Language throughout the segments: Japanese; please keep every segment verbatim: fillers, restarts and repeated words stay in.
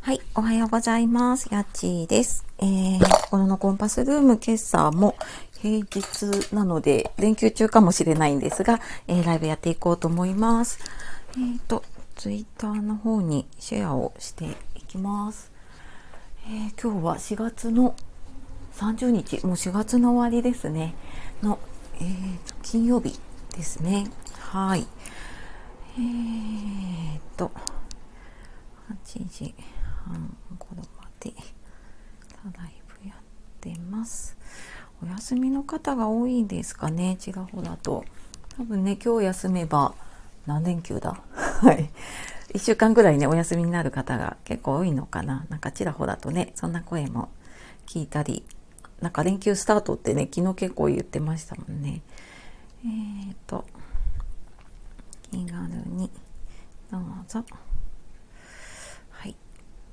はい、おはようございます。やっちーです。えー、このコンパスルーム今朝も平日なので連休中かもしれないんですが、えー、ライブやっていこうと思います。えーと、ツイッターの方にシェアをしていきます。えー、今日はしがつのさんじゅうにち、もうしがつの終わりですね。の、えーと、金曜日ですね。はい。えーと、はちじはん頃までライブやってます。お休みの方が多いですかね、ちらほらと。多分ね、今日休めば何連休だはいいっしゅうかんぐらいねお休みになる方が結構多いのかな。なんかちらほらとねそんな声も聞いたり、なんか連休スタートってね昨日結構言ってましたもんね。えーと気軽にどうぞ。はい、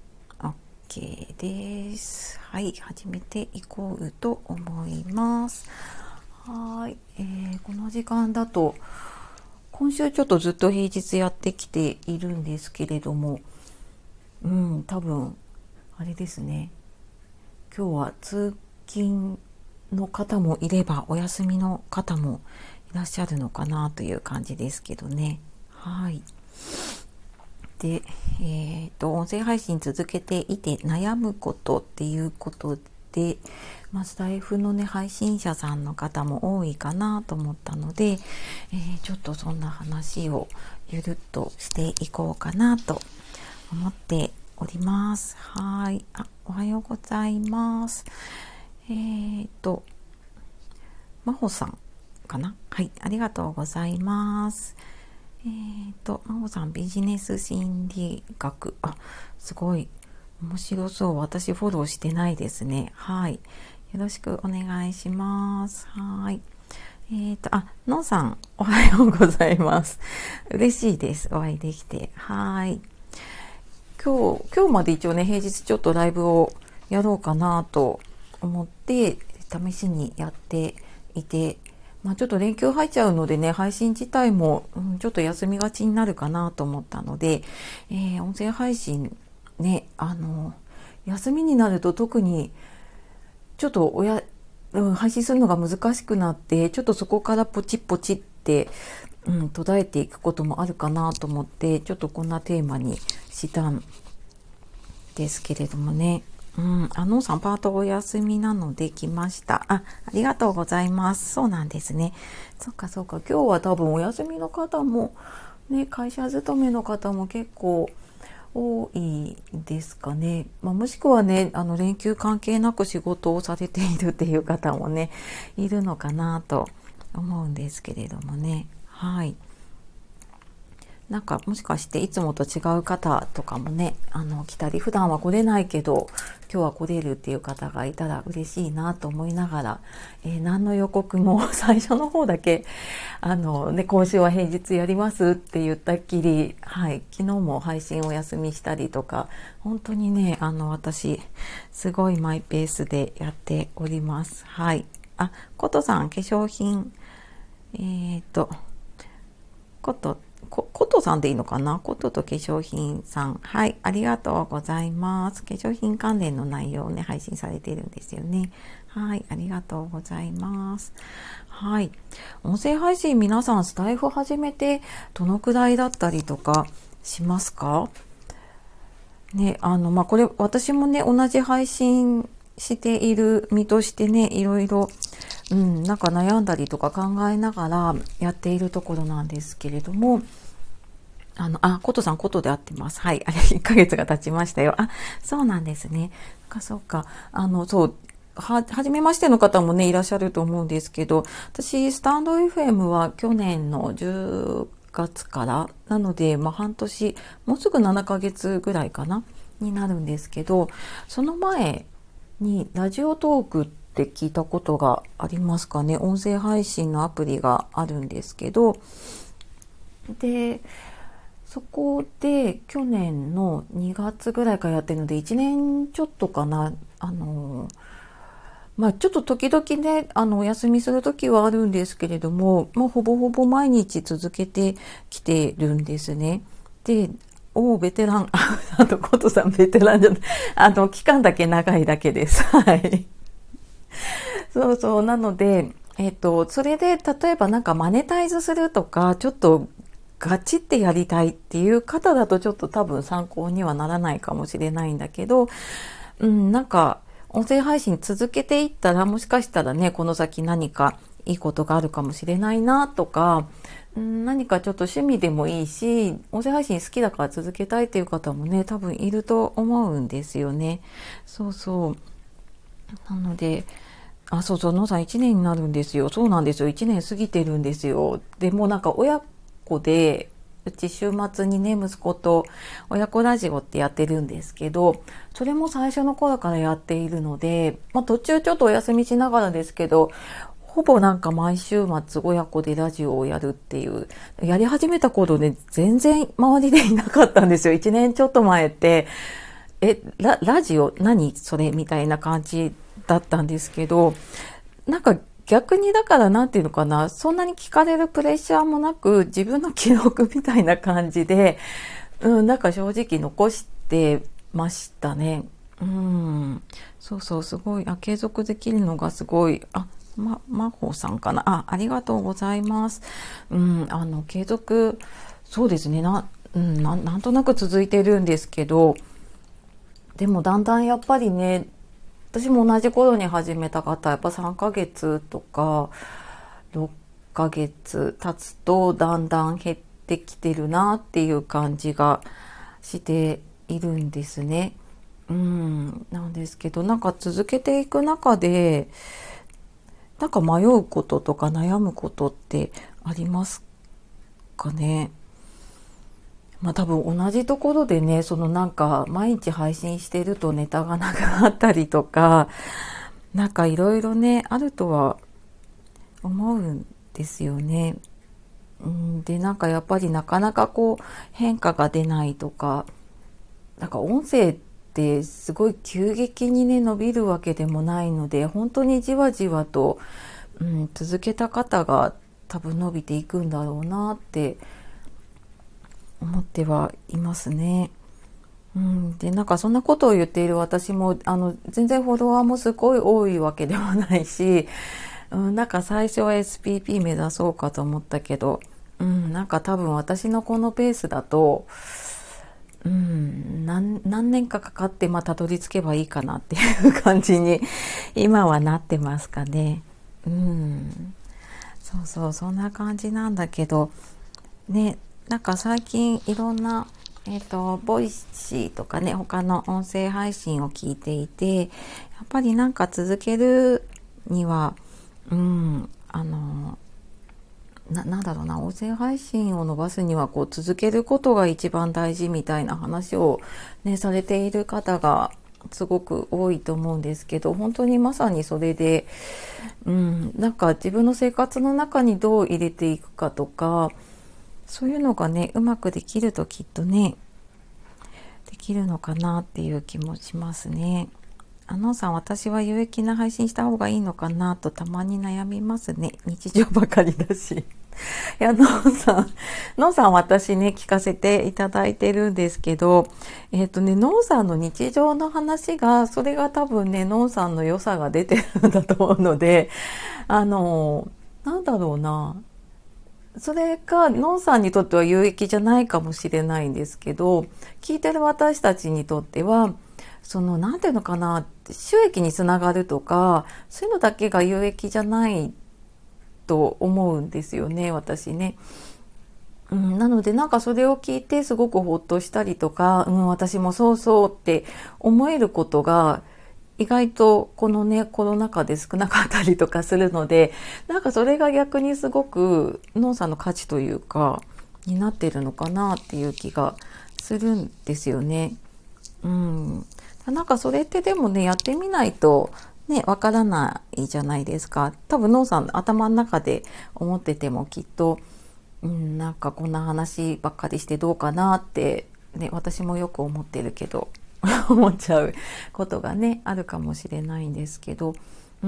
OK です。はい、始めていこうと思います。はい、えー、この時間だと今週ちょっとずっと平日やってきているんですけれども、うん、多分あれですね、今日は通勤の方もいればお休みの方もいらっしゃるのかなという感じですけどね。はい。で、えーと、音声配信続けていて悩むことっていうことで、まあ、スタイフのね配信者さんの方も多いかなと思ったので、えー、ちょっとそんな話をゆるっとしていこうかなと思っております。はい、あ、おはようございます。えーとまほさんかな。はい、ありがとうございます。えーと、まほさん、ビジネス心理学。あ、すごい。面白そう。私フォローしてないですね。はい。よろしくお願いします。はい。えーと、あ、のんさん、おはようございます。嬉しいです。お会いできて。はい。今日、今日まで一応ね、平日ちょっとライブをやろうかなと思って、試しにやっていて、まあ、ちょっと連休入っちゃうのでね、配信自体も、うん、ちょっと休みがちになるかなと思ったので、えー、音声配信ね、あの、休みになると特にちょっとおや、うん、配信するのが難しくなって、ちょっとそこからポチッポチって、うん、途絶えていくこともあるかなと思って、ちょっとこんなテーマにしたんですけれどもね。うん、あのさんパートお休みなので来ました。あ、ありがとうございます。そうなんですね。そっかそっか。今日は多分お休みの方もね、会社勤めの方も結構多いですかね。まあ、もしくはね、あの連休関係なく仕事をされているっていう方もね、いるのかなと思うんですけれどもね。はい。なんかもしかしていつもと違う方とかもね、あの来たり、普段は来れないけど今日は来れるっていう方がいたら嬉しいなと思いながら、えー、何の予告も最初の方だけあの、ね、今週は平日やりますって言ったっきり、はい、昨日も配信お休みしたりとか、本当にね、あの私すごいマイペースでやっております。はい。あ、ことさん、化粧品、えーとことこ、ことさんでいいのかな。ことと化粧品さん。はい。ありがとうございます。化粧品関連の内容をね、配信されているんですよね。はい。ありがとうございます。はい。音声配信皆さんスタイフ始めてどのくらいだったりとかしますかね。あの、まあ、これ私もね、同じ配信している身としてね、いろいろうん、なんか悩んだりとか考えながらやっているところなんですけれども、あの、あ、ことさん、ことで合ってます。はい。あれ、いっかげつが経ちましたよ。あ、そうなんですね。か、そうか。あの、そう、は、はじめましての方もね、いらっしゃると思うんですけど、私、スタンド エフエム は去年のじゅうがつから、なので、まあ、半年、もうすぐななかげつぐらいかな、になるんですけど、その前に、ラジオトークって聞いたことがありますかね。音声配信のアプリがあるんですけど、で、そこで去年のにがつぐらいからやってるのでいちねんちょっとかな。あのまあちょっと時々ね、あのお休みする時はあるんですけれども、もうほぼほぼ毎日続けてきてるんですね。で、 おお、ベテラン。あと、コトさんベテランじゃない。あの、期間だけ長いだけです。はい。そうそう。なので、えっと、それで、例えばなんかマネタイズするとか、ちょっとガチってやりたいっていう方だとちょっと多分参考にはならないかもしれないんだけど、うん、なんか、音声配信続けていったら、もしかしたらね、この先何かいいことがあるかもしれないなとか、うん、何かちょっと趣味でもいいし、音声配信好きだから続けたいっていう方もね、多分いると思うんですよね。そうそう。なので、あ、そうそう、のさんいちねんになるんですよ。そうなんですよ。いちねん過ぎてるんですよ。でもなんか親子で、うち週末にね、息子と親子ラジオってやってるんですけど、それも最初の頃からやっているので、まあ途中ちょっとお休みしながらですけど、ほぼなんか毎週末親子でラジオをやるっていう、やり始めた頃ね、全然周りでいなかったんですよ。いちねんちょっと前って、え、ラ、ラジオ何それみたいな感じだったんですけど、なんか逆にだからなんていうのかな、そんなに聞かれるプレッシャーもなく、自分の記録みたいな感じで、うん、なんか正直残してましたね。うん。そうそう、すごい、あ、継続できるのがすごい、あ、ま、まほさんかな。あ、ありがとうございます。うん、あの、継続、そうですね、な、うん、な、なんとなく続いてるんですけど、でもだんだんやっぱりね、私も同じ頃に始めた方、やっぱさんかげつとかろっかげつ経つとだんだん減ってきてるなっていう感じがしているんですね。うん、なんですけど、なんか続けていく中で、なんか迷うこととか悩むことってありますかね。まあ多分同じところでね、そのなんか毎日配信してるとネタがなくなったりとか、なんかいろいろね、あるとは思うんですよね。うん、で、なんかやっぱりなかなかこう変化が出ないとか、なんか音声ってすごい急激にね、伸びるわけでもないので、本当にじわじわと、うん、続けた方が多分伸びていくんだろうなって思ってはいますね。うん、で、なんかそんなことを言っている私も、あの、全然フォロワーもすごい多いわけではないし、うん、なんか最初は エスピーピー 目指そうかと思ったけど、うん、なんか多分私のこのペースだと、うん、何、何年かかかってまたたどり着けばいいかなっていう感じに今はなってますかね。うん、そうそう、そんな感じなんだけど、ね、なんか最近いろんな、えっと、ボイシーとかね、他の音声配信を聞いていて、やっぱりなんか続けるには、うん、あの、な、なんだろうな、音声配信を伸ばすには、こう、続けることが一番大事みたいな話をね、されている方がすごく多いと思うんですけど、本当にまさにそれで、うん、なんか自分の生活の中にどう入れていくかとか、そういうのがね、うまくできるときっとね、できるのかなっていう気もしますね。あのさん、私は有益な配信した方がいいのかなとたまに悩みますね。日常ばかりだし。いや、のんさん、のんさん私ね、聞かせていただいてるんですけど、えっとね、のんさんの日常の話が、それが多分ね、のんさんの良さが出てるんだと思うので、あの、なんだろうな。それが、のんさんにとっては有益じゃないかもしれないんですけど、聞いてる私たちにとっては、その、なんていうのかな、収益につながるとか、そういうのだけが有益じゃないと思うんですよね、私ね。うん、なのでなんかそれを聞いてすごくほっとしたりとか、うん、私もそうそうって思えることが意外とこのね、コロナ禍で少なかったりとかするので、なんかそれが逆にすごく農さんの価値というか、になってるのかなっていう気がするんですよね。うん。なんかそれってでもね、やってみないとね、わからないじゃないですか。多分農さん頭の中で思っててもきっと、うん、なんかこんな話ばっかりしてどうかなって、ね、私もよく思ってるけど、思っちゃうことがね、あるかもしれないんですけど、うん、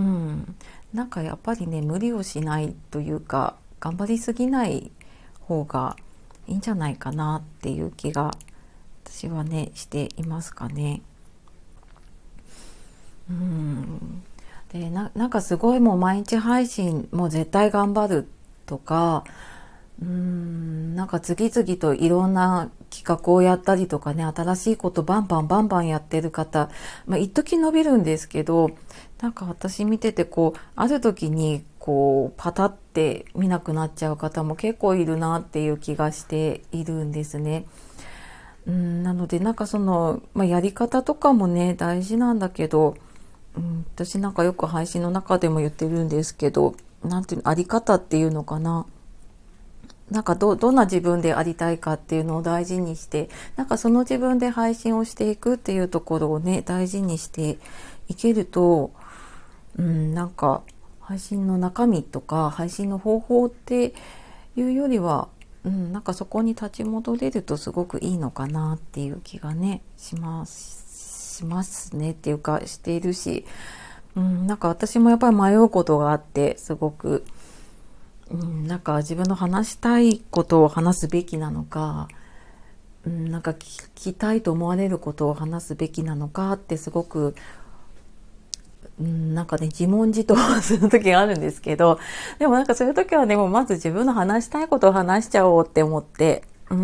なんかやっぱりね、無理をしないというか、頑張りすぎない方がいいんじゃないかなっていう気が私はね、していますかね。うん。で、な、なんかすごいもう毎日配信、もう絶対頑張るとか、うーん、なんか次々といろんな企画をやったりとかね、新しいことバンバンバンバンやってる方、まあ一時伸びるんですけど、なんか私見ててこう、ある時にこう、パタって見なくなっちゃう方も結構いるなっていう気がしているんですね。うん、なのでなんかその、まあ、やり方とかもね、大事なんだけど、うん、私なんかよく配信の中でも言ってるんですけど、なんていうの、あり方っていうのかな。なんかど、どんな自分でありたいかっていうのを大事にして、なんかその自分で配信をしていくっていうところをね、大事にしていけると、うん、なんか配信の中身とか配信の方法っていうよりは、うん、なんかそこに立ち戻れるとすごくいいのかなっていう気がね、します、しますねっていうかしているし、うん、なんか私もやっぱり迷うことがあって、すごく、うん、なんか自分の話したいことを話すべきなのか、うん、なんか聞きたいと思われることを話すべきなのかってすごく、うん、なんかね、自問自答する時があるんですけど、でもなんかそういう時はね、もうまず自分の話したいことを話しちゃおうって思って、うん。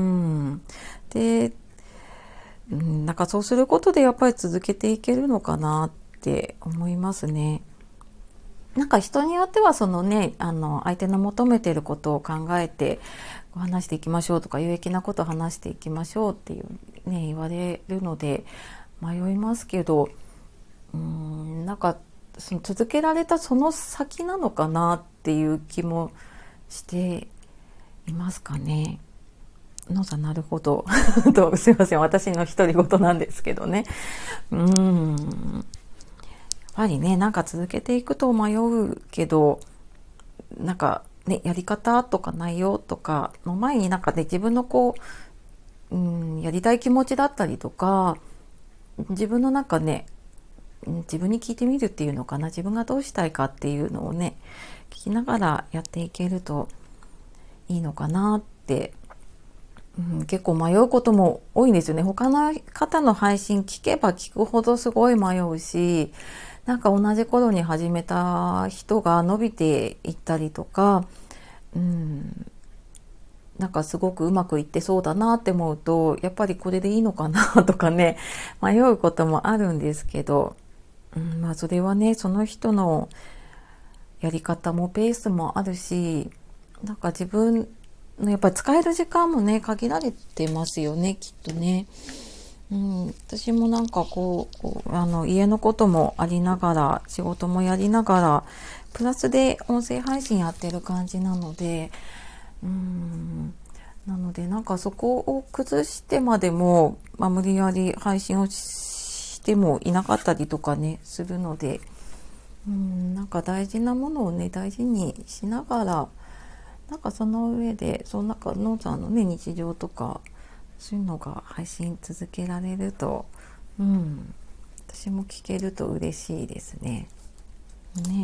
で、うん、なんかそうすることでやっぱり続けていけるのかなって思いますね。なんか人によってはそのね、あの、相手の求めてることを考えて話していきましょうとか、有益なことを話していきましょうっていうね、言われるので迷いますけど、うーん、なんかその続けられたその先なのかなっていう気もしていますかね。のさん、なるほど。とすいません。私の独り言なんですけどね。うーん。やっぱりね、なんか続けていくと迷うけど、なんかね、やり方とか内容とかの前になんかね、自分のこう、うん、やりたい気持ちだったりとか、自分の中ね、自分に聞いてみるっていうのかな、自分がどうしたいかっていうのをね、聞きながらやっていけるといいのかなって、うん、結構迷うことも多いんですよね。他の方の配信聞けば聞くほどすごい迷うし、なんか同じ頃に始めた人が伸びていったりとか、うん、なんかすごくうまくいってそうだなって思うと、やっぱりこれでいいのかなとかね、迷うこともあるんですけど、うん、まあそれはね、その人のやり方もペースもあるし、なんか自分のやっぱり使える時間もね、限られてますよね、きっとね。うん、私もなんかこう、こうあの家のこともありながら、仕事もやりながら、プラスで音声配信やってる感じなので、うん、なのでなんかそこを崩してまでも、まあ、無理やり配信をしてもいなかったりとかね、するので、うん、なんか大事なものをね、大事にしながら、なんかその上で、その中、のんさんのね、日常とか、そういうのが配信続けられると、うん、私も聞けると嬉しいですね。ね。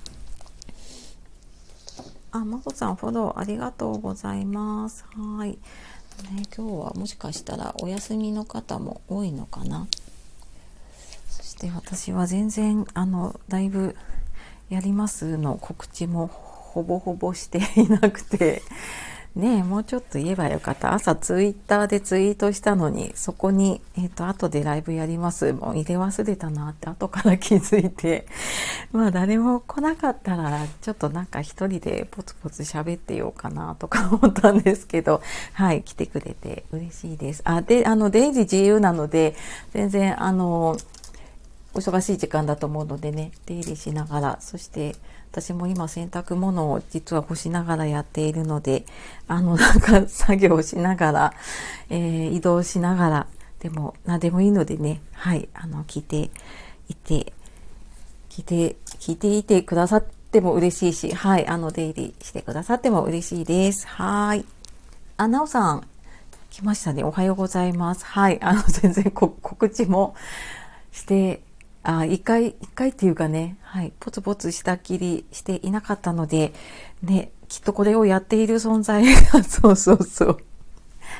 あ、まこさんフォローありがとうございます。はい。ね、今日はもしかしたらお休みの方も多いのかな。そして私は全然、あの、ライブやりますの告知もほぼほぼしていなくて、ねえ、もうちょっと言えばよかった。朝ツイッターでツイートしたのに、そこに、えっと、後でライブやります。もう入れ忘れたなって後から気づいて。まあ誰も来なかったら、ちょっとなんか一人でポツポツ喋ってようかなとか思ったんですけど、はい、来てくれて嬉しいです。あ、で、あの、デイジー自由なので、全然、あの、お忙しい時間だと思うのでね、出入りしながら、そして私も今洗濯物を実は干しながらやっているので、あのなんか作業しながら、えー、移動しながら、でも何でもいいのでね、はい、あの聞いていて、聞いて、聞いていてくださっても嬉しいし、はい、あの出入りしてくださっても嬉しいです。はい。あ、なおさん、来ましたね。おはようございます。はい、あの全然告知もして、あ、一回、一回っていうかね、はい、ポツポツしたきりしていなかったので、ね、きっとこれをやっている存在が、そうそうそう。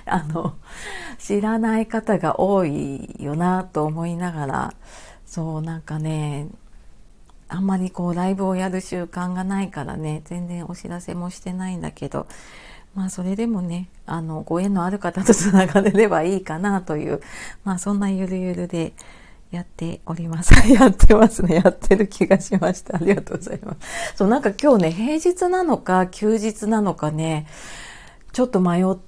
あの、知らない方が多いよなと思いながら、そうなんかね、あんまりこうライブをやる習慣がないからね、全然お知らせもしてないんだけど、まあそれでもね、あの、ご縁のある方とつながれればいいかなという、まあそんなゆるゆるでやっております。やってますね。やってる気がしました。ありがとうございます。そう、なんか今日ね、平日なのか休日なのかね、ちょっと迷って、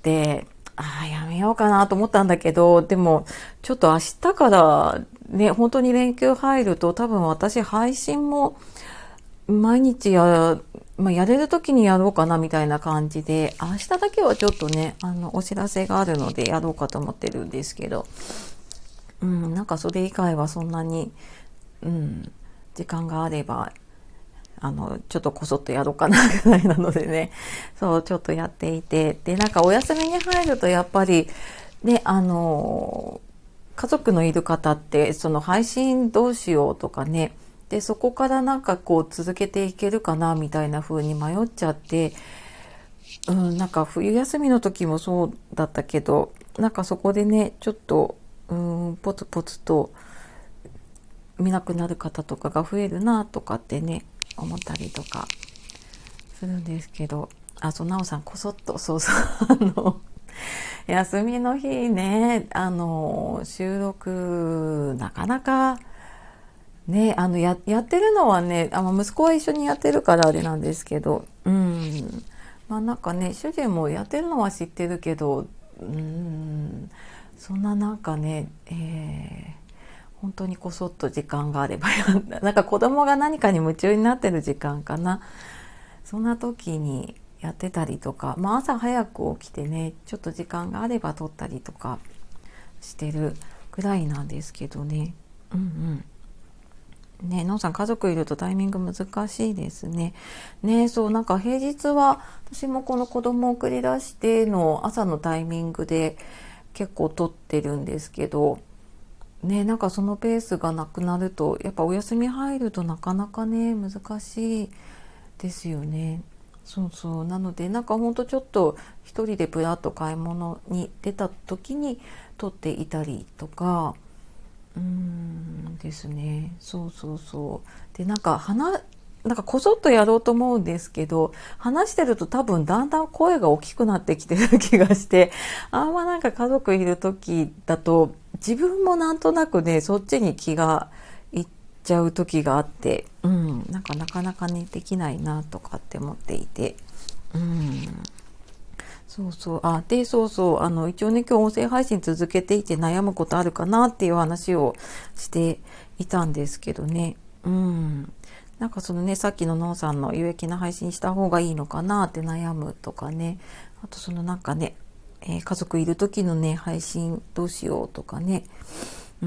ああ、やめようかなと思ったんだけど、でも、ちょっと明日からね、本当に連休入ると多分私配信も毎日や、まあ、やれる時にやろうかなみたいな感じで、明日だけはちょっとね、あの、お知らせがあるのでやろうかと思ってるんですけど、うん、なんかそれ以外はそんなに、うん、時間があれば、あの、ちょっとこそっとやろうかなぐらいなのでね、そう、ちょっとやっていて、で、なんかお休みに入るとやっぱり、ね、あの、家族のいる方って、その配信どうしようとかね、で、そこからなんかこう続けていけるかなみたいな風に迷っちゃって、うん、なんか冬休みの時もそうだったけど、なんかそこでね、ちょっと、うん、ポツポツと見なくなる方とかが増えるなとかってね、思ったりとかするんですけど、あ、そう、なおさんこそっと、そうそう、あの、休みの日ね、あの、収録、なかなか、ね、あの、や、やってるのはね、あの、息子は一緒にやってるからあれなんですけど、うん。まあなんかね、主人もやってるのは知ってるけど、うん、そんななんかね、えー本当にこそっと時間があればなんか子供が何かに夢中になってる時間かな。そんな時にやってたりとか、まあ朝早く起きてね、ちょっと時間があれば撮ったりとかしてるぐらいなんですけどね。うんうん。ね、のんさん家族いるとタイミング難しいですね。ね、そう、なんか平日は私もこの子供を送り出しての朝のタイミングで結構撮ってるんですけど、ね、なんかそのペースがなくなると、やっぱお休み入るとなかなかね、難しいですよね。そうそう。なので、なんかほんとちょっと一人でブラッと買い物に出た時に撮っていたりとか、うーんですね。そうそうそう。で、なんか話、なんかこそっとやろうと思うんですけど、話してると多分だんだん声が大きくなってきてる気がして、あんまなんか家族いる時だと自分もなんとなくね、そっちに気がいっちゃう時があって、うん、なんかなかなかね、できないなとかって思っていて、うん。そうそう。あ、で、そうそう。あの、一応ね、今日音声配信続けていて悩むことあるかなっていう話をしていたんですけどね。うん。なんかそのね、さっきののんさんの有益な配信した方がいいのかなって悩むとかね。あとそのなんかね、えー家族いる時のね、配信どうしようとかね。うん。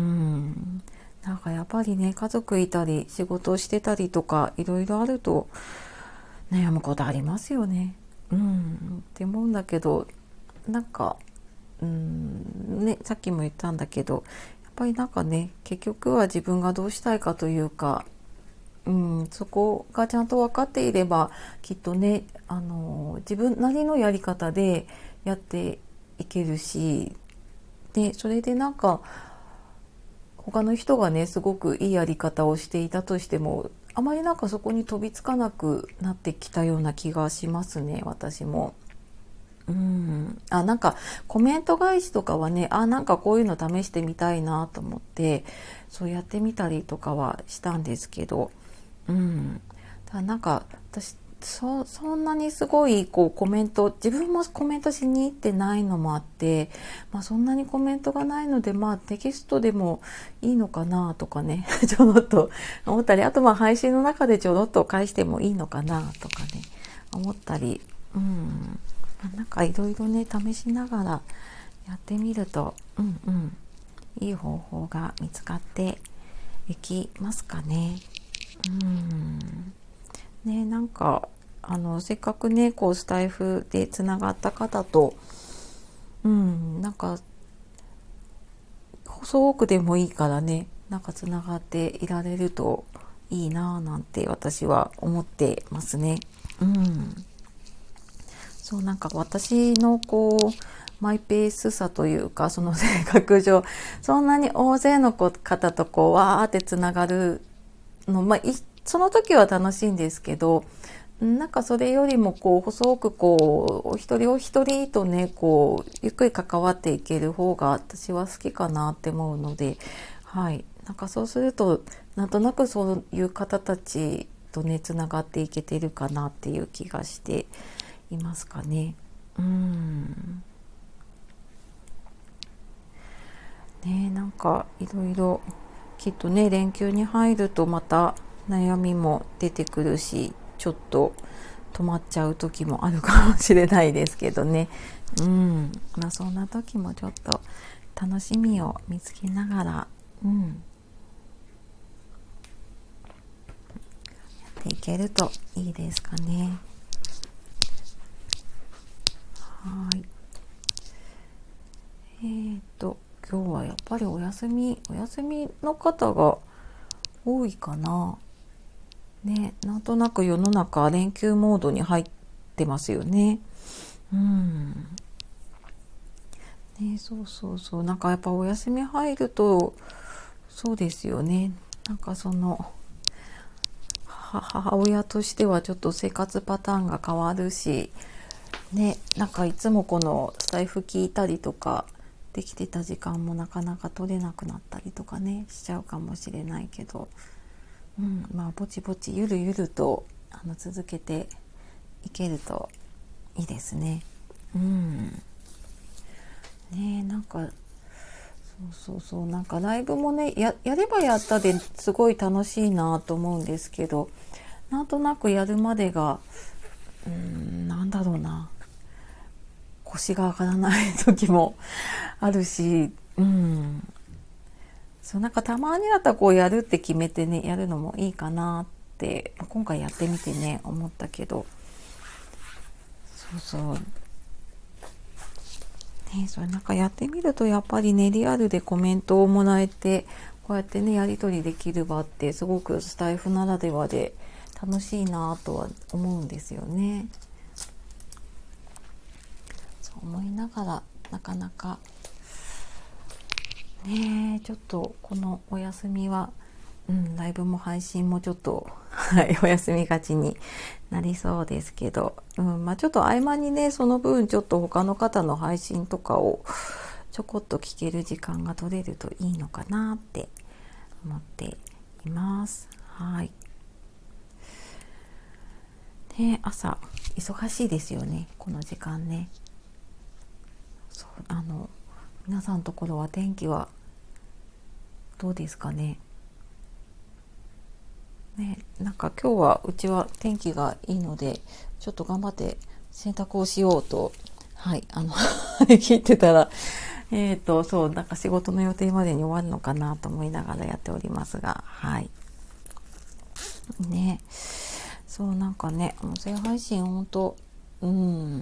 なんかやっぱりね、家族いたり、仕事をしてたりとか、いろいろあると悩むことありますよね。うん。って思うんだけど、なんか、うんね、さっきも言ったんだけど、やっぱりなんかね、結局は自分がどうしたいかというか、うん、そこがちゃんと分かっていれば、きっとね、あの、自分なりのやり方でやっていけるし、で、それでなんか、他の人がね、すごくいいやり方をしていたとしても、あまりなんかそこに飛びつかなくなってきたような気がしますね、私も。うん、あ、なんかコメント返しとかはね、あ、なんかこういうの試してみたいなと思って、そうやってみたりとかはしたんですけど、うん。ただなんか私、そ、そんなにすごいこうコメント、自分もコメントしに行ってないのもあって、まあそんなにコメントがないので、まあテキストでもいいのかなとかね、ちょろっと思ったり、あとまあ配信の中でちょろっと返してもいいのかなとかね、思ったり、うん。なんかいろいろね、試しながらやってみると、うんうん、いい方法が見つかっていきますかね。うんね、なんかあのせっかくねこうスタイフでつながった方と、うん、なんか細くでもいいからね、なんかつながっていられるといいなぁなんて私は思ってますね。うん、そうなんか私のこマイペースさというか、その性格上そんなに大勢の方とこうわーってつながるの、まあ、その時は楽しいんですけど、なんかそれよりもこう細くこうお一人お一人とねこうゆっくり関わっていける方が私は好きかなって思うので、はい、なんかそうするとなんとなくそういう方たちとねつながっていけてるかなっていう気がしていますかね。うんね、なんかいろいろきっとね連休に入るとまた悩みも出てくるし、ちょっと止まっちゃう時もあるかもしれないですけどね。うん、まあそんな時もちょっと楽しみを見つけながら、うん、やっていけるといいですかね。はい。えーと今日はやっぱりお休みお休みの方が多いかな。ね、なんとなく世の中連休モードに入ってますよね。うん。ね、そうそうそう。なんかやっぱお休み入るとそうですよね。なんかその母親としてはちょっと生活パターンが変わるし、ね、なんかいつもこのスタイフ聞いたりとかできてた時間もなかなか取れなくなったりとかねしちゃうかもしれないけど、うん、まあぼちぼちゆるゆるとあの続けていけるといいですね。うん。ね、なんかそうそうそう、なんかライブもね や, やればやったですごい楽しいなと思うんですけど、なんとなくやるまでがうーんなんだろうな、腰が上がらない時もあるし、うん、そうなんかたまにだったらこうやるって決めてねやるのもいいかなって今回やってみてね思ったけど、そうそうね、それなんかやってみるとやっぱりねリアルでコメントをもらえてこうやってねやり取りできる場ってすごくスタイフならではで楽しいなとは思うんですよね。そう思いながらなかなかねちょっとこのお休みは、うん、ライブも配信もちょっと、はい、お休みがちになりそうですけど、うんまあ、ちょっと合間にねその分ちょっと他の方の配信とかをちょこっと聞ける時間が取れるといいのかなって思っています。はい。ね、朝忙しいですよねこの時間ね。そうあの皆さんのところは天気はどうですかね。ね、なんか今日はうちは天気がいいのでちょっと頑張って洗濯をしようと、はいあの聞いてたらえっとそうなんか仕事の予定までに終わるのかなと思いながらやっておりますが、はいね、そうなんかね音声配信本当うん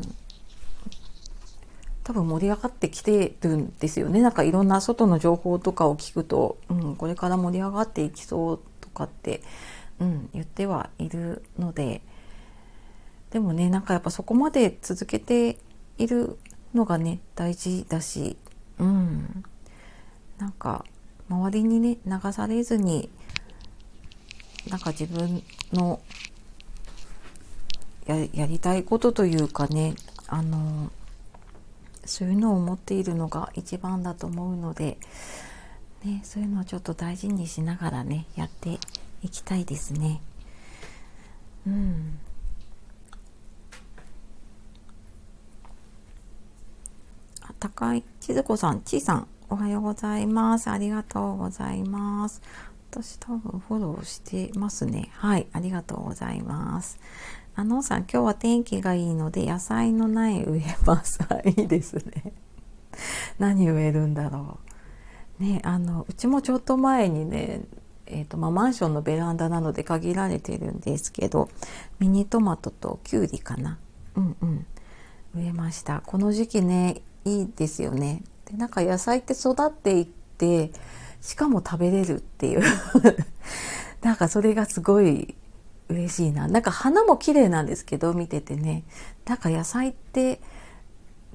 多分盛り上がってきてるんですよね。なんかいろんな外の情報とかを聞くと、うん、これから盛り上がっていきそうとかって、うん、言ってはいるので、でもねなんかやっぱそこまで続けているのがね大事だし、うん、なんか周りにね流されずになんか自分の や, やりたいことというかねあのそういうのを持っているのが一番だと思うので、ね、そういうのをちょっと大事にしながらねやっていきたいですね。うん。あ、高井千鶴子さん、ちいさん、おはようございます。ありがとうございます。私多分フォローしてますね。はい、ありがとうございます。あのさん、今日は天気がいいので野菜の苗植えます。いいですね。何植えるんだろう。ね、あのうちもちょっと前にね、えーとまあ、マンションのベランダなので限られてるんですけど、ミニトマトとキュウリかな。うんうん。植えました。この時期ね、いいですよね。で、なんか野菜って育っていって、しかも食べれるっていう。なんかそれがすごい嬉しいな。なんか花も綺麗なんですけど見ててね、なんか野菜って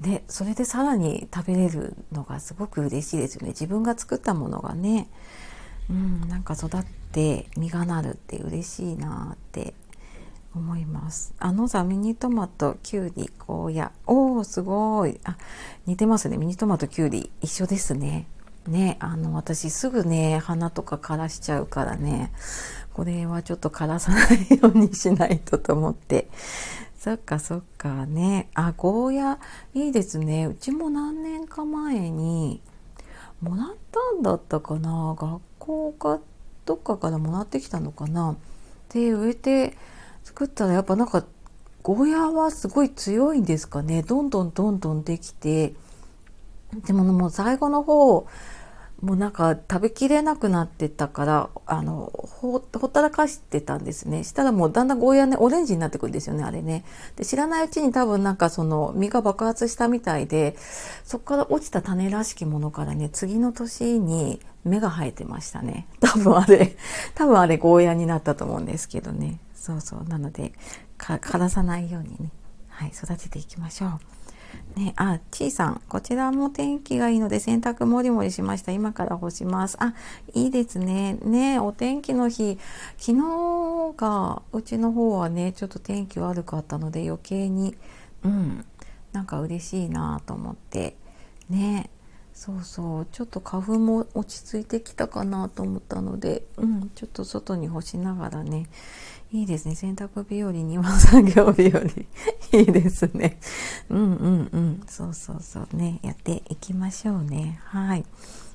でそれでさらに食べれるのがすごく嬉しいですよね。自分が作ったものがね、うん、なんか育って実がなるって嬉しいなって思います。あのさ、ミニトマト、キュウリ、ゴーヤ、おーすごい、あ、似てますね。ミニトマト、キュウリ一緒ですね。ね、あの私すぐね花とか枯らしちゃうからね、これはちょっと枯らさないようにしないとと思って。そっかそっかね。あ、ゴーヤいいですね。うちも何年か前にもらったんだったかな、学校かどっかからもらってきたのかな。で植えて作ったらやっぱなんかゴーヤはすごい強いんですかね。どんどんどんどんできて、でももう最後の方もうなんか食べきれなくなってたから、あのほ, ほったらかしてたんですね。したらもうだんだんゴーヤねオレンジになってくるんですよね、あれね。で知らないうちに多分なんかその実が爆発したみたいで、そこから落ちた種らしきものからね次の年に芽が生えてましたね。多分あれ多分あれゴーヤになったと思うんですけどね。そうそう、なのでか枯らさないようにね、はい、育てていきましょう。ね、あ、ちいさん、こちらも天気がいいので洗濯もりもりしました。今から干します。あ、いいですね。ね、お天気の日、昨日がうちの方はね、ちょっと天気悪かったので余計に、うん、なんか嬉しいなと思って、ね、そうそう、ちょっと花粉も落ち着いてきたかなと思ったので、うん、ちょっと外に干しながらね、いいですね。洗濯日和、庭作業日和いいですね。うんうんうん。そうそうそうね。やっていきましょうね。はい。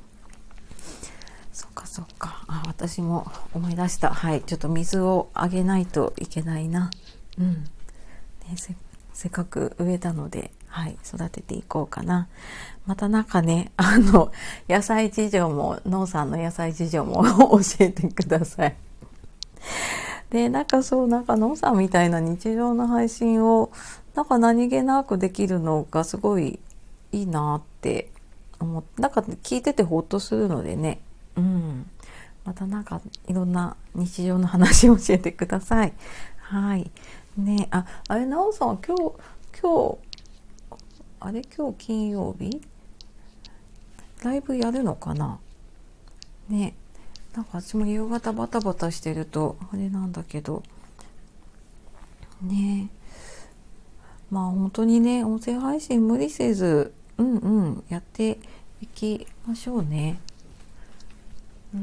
そっかそっか。あ、私も思い出した。はい。ちょっと水をあげないといけないな。うん。ね、せ、せっかく植えたので、はい。育てていこうかな。またなんかね、あの、野菜事情も、農さんの野菜事情も教えてください。で、なんかそう、なんか農さんみたいな日常の配信を、なんか何気なくできるのがすごいいいなって思って、なんか聞いててほっとするのでね、うん。またなんかいろんな日常の話を教えてください。はい。ね、あ、あれ、なおさん、今日、今日、あれ、今日金曜日ライブやるのかなね。なんか私も夕方バタバタしてるとあれなんだけどね。まあ本当にね、音声配信無理せずうんうんやっていきましょうね。うん。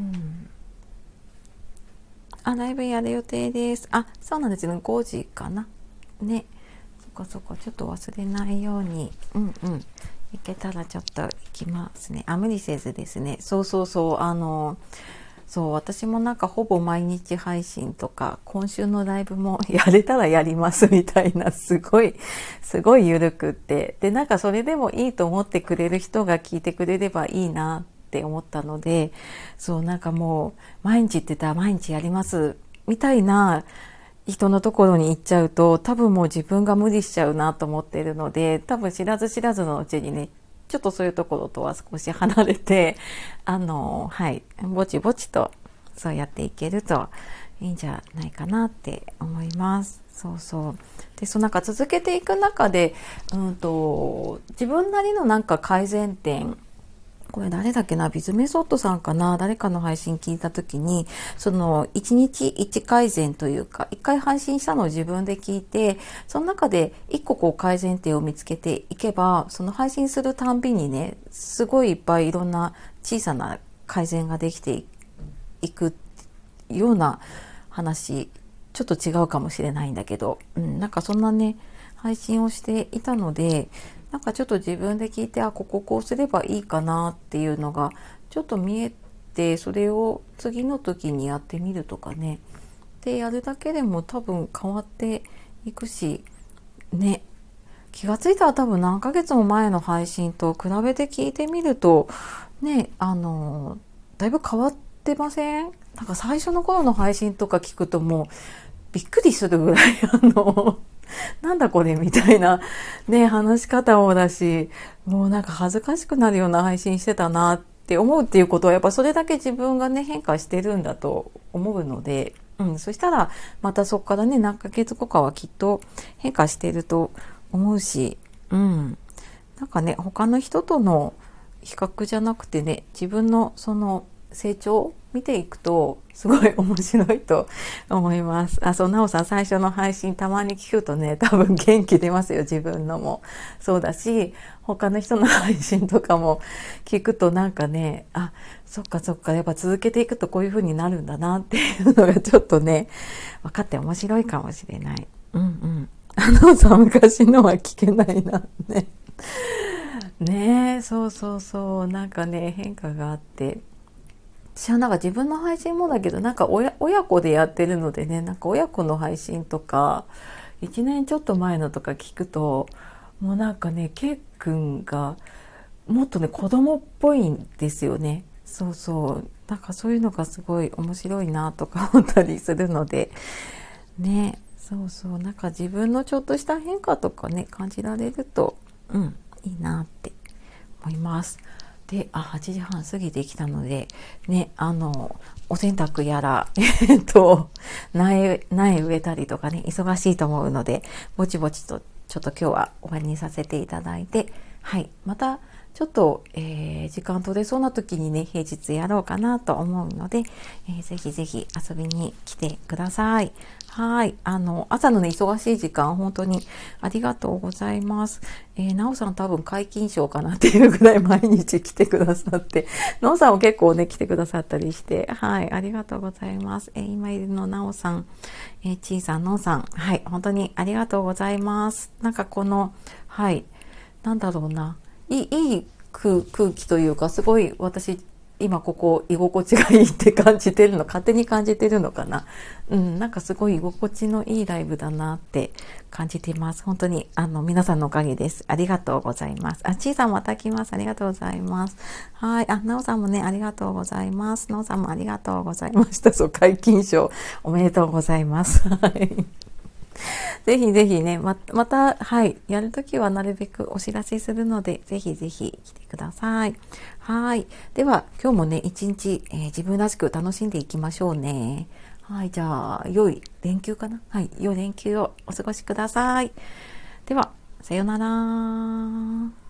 あ、ライブやる予定です。あ、そうなんですね。ごじかなね。そっかそっか、ちょっと忘れないようにうんうんいけたらちょっと行きますね。あ、無理せずですね。そうそうそう、あのそう、私もなんかほぼ毎日配信とか、今週のライブもやれたらやりますみたいな、すごい、すごい緩くって。で、なんかそれでもいいと思ってくれる人が聞いてくれればいいなって思ったので、そう、なんかもう、毎日って言ったら毎日やりますみたいな人のところに行っちゃうと、多分もう自分が無理しちゃうなと思っているので、多分知らず知らずのうちにね、ちょっとそういうところとは少し離れて、あの、はい、ぼちぼちとそうやっていけるといいんじゃないかなって思います。そうそう。で、そうなんか続けていく中で、うんと、自分なりのなんか改善点、これ誰だっけな、ビズメソッドさんかな、誰かの配信聞いたときに、そのいちにちいち改善というか、いっかい配信したのを自分で聞いて、その中でいっここう改善点を見つけていけば、その配信するたんびにね、すごいいっぱいいろんな小さな改善ができていくような話、ちょっと違うかもしれないんだけど、うん、なんかそんなね、配信をしていたので、なんかちょっと自分で聞いて、あ、こここうすればいいかなっていうのがちょっと見えて、それを次の時にやってみるとかね。で、やるだけでも多分変わっていくし、ね。気がついたら多分何ヶ月も前の配信と比べて聞いてみると、ね、あの、だいぶ変わってません？なんか最初の頃の配信とか聞くともうびっくりするぐらい、あの、なんだこれみたいなね、話し方もだし、もうなんか恥ずかしくなるような配信してたなって思うっていうことは、やっぱそれだけ自分がね、変化してるんだと思うので、うん、そしたらまたそこからね、何ヶ月後かはきっと変化してると思うし、うん。 なんかね、他の人との比較じゃなくてね、自分のその成長を見ていくとすごい面白いと思います。あ、そう、なおさん最初の配信たまに聞くとね、多分元気出ますよ。自分のもそうだし、他の人の配信とかも聞くとなんかね、あ、そっかそっか、やっぱ続けていくとこういう風になるんだなっていうのがちょっとね、分かって面白いかもしれない。うんうん。あのさ、昔のは聞けないなね。ねえ、そうそうそう、なんかね、変化があって。私はなんか自分の配信もだけど、なんか親、親子でやってるのでね、なんか親子の配信とか、いちねんちょっと前のとか聞くと、もうなんかね、ケイ君がもっとね、子供っぽいんですよね。そうそう。なんかそういうのがすごい面白いなとか思ったりするので、ね、そうそう。なんか自分のちょっとした変化とかね、感じられると、うん、いいなって思います。で、あ、はちじはん過ぎてきたので、ね、あの、お洗濯やら、えっと、苗、苗植えたりとかね、忙しいと思うので、ぼちぼちと、ちょっと今日は終わりにさせていただいて、はい、また、ちょっと、えー、時間取れそうな時にね、平日やろうかなと思うので、えー、ぜひぜひ遊びに来てください。はい。あの、朝のね、忙しい時間、本当にありがとうございます。えー、なおさん多分皆勤賞かなっていうぐらい毎日来てくださって、なおさんも結構ね、来てくださったりして、はい。ありがとうございます。えー、今いるのなおさん、えー、ちいさん、のおさん、はい。本当にありがとうございます。なんかこの、はい。なんだろうな。いい、いい 空, 空気というか、すごい私、今ここ居心地がいいって感じてるの、勝手に感じてるのかな。うん、なんかすごい居心地のいいライブだなって感じています。本当に、あの、皆さんのおかげです。ありがとうございます。あ、ちいさんまた来ます。ありがとうございます。はい。あ、なおさんもね、ありがとうございます。なおさんもありがとうございました。そう、皆勤賞おめでとうございます。はい。ぜひぜひね、ま、また、はい、やるときはなるべくお知らせするので、ぜひぜひ来てください。はい。では、今日もね、一日、えー、自分らしく楽しんでいきましょうね。はい、じゃあ、良い連休かな？はい、良い連休をお過ごしください。では、さようなら。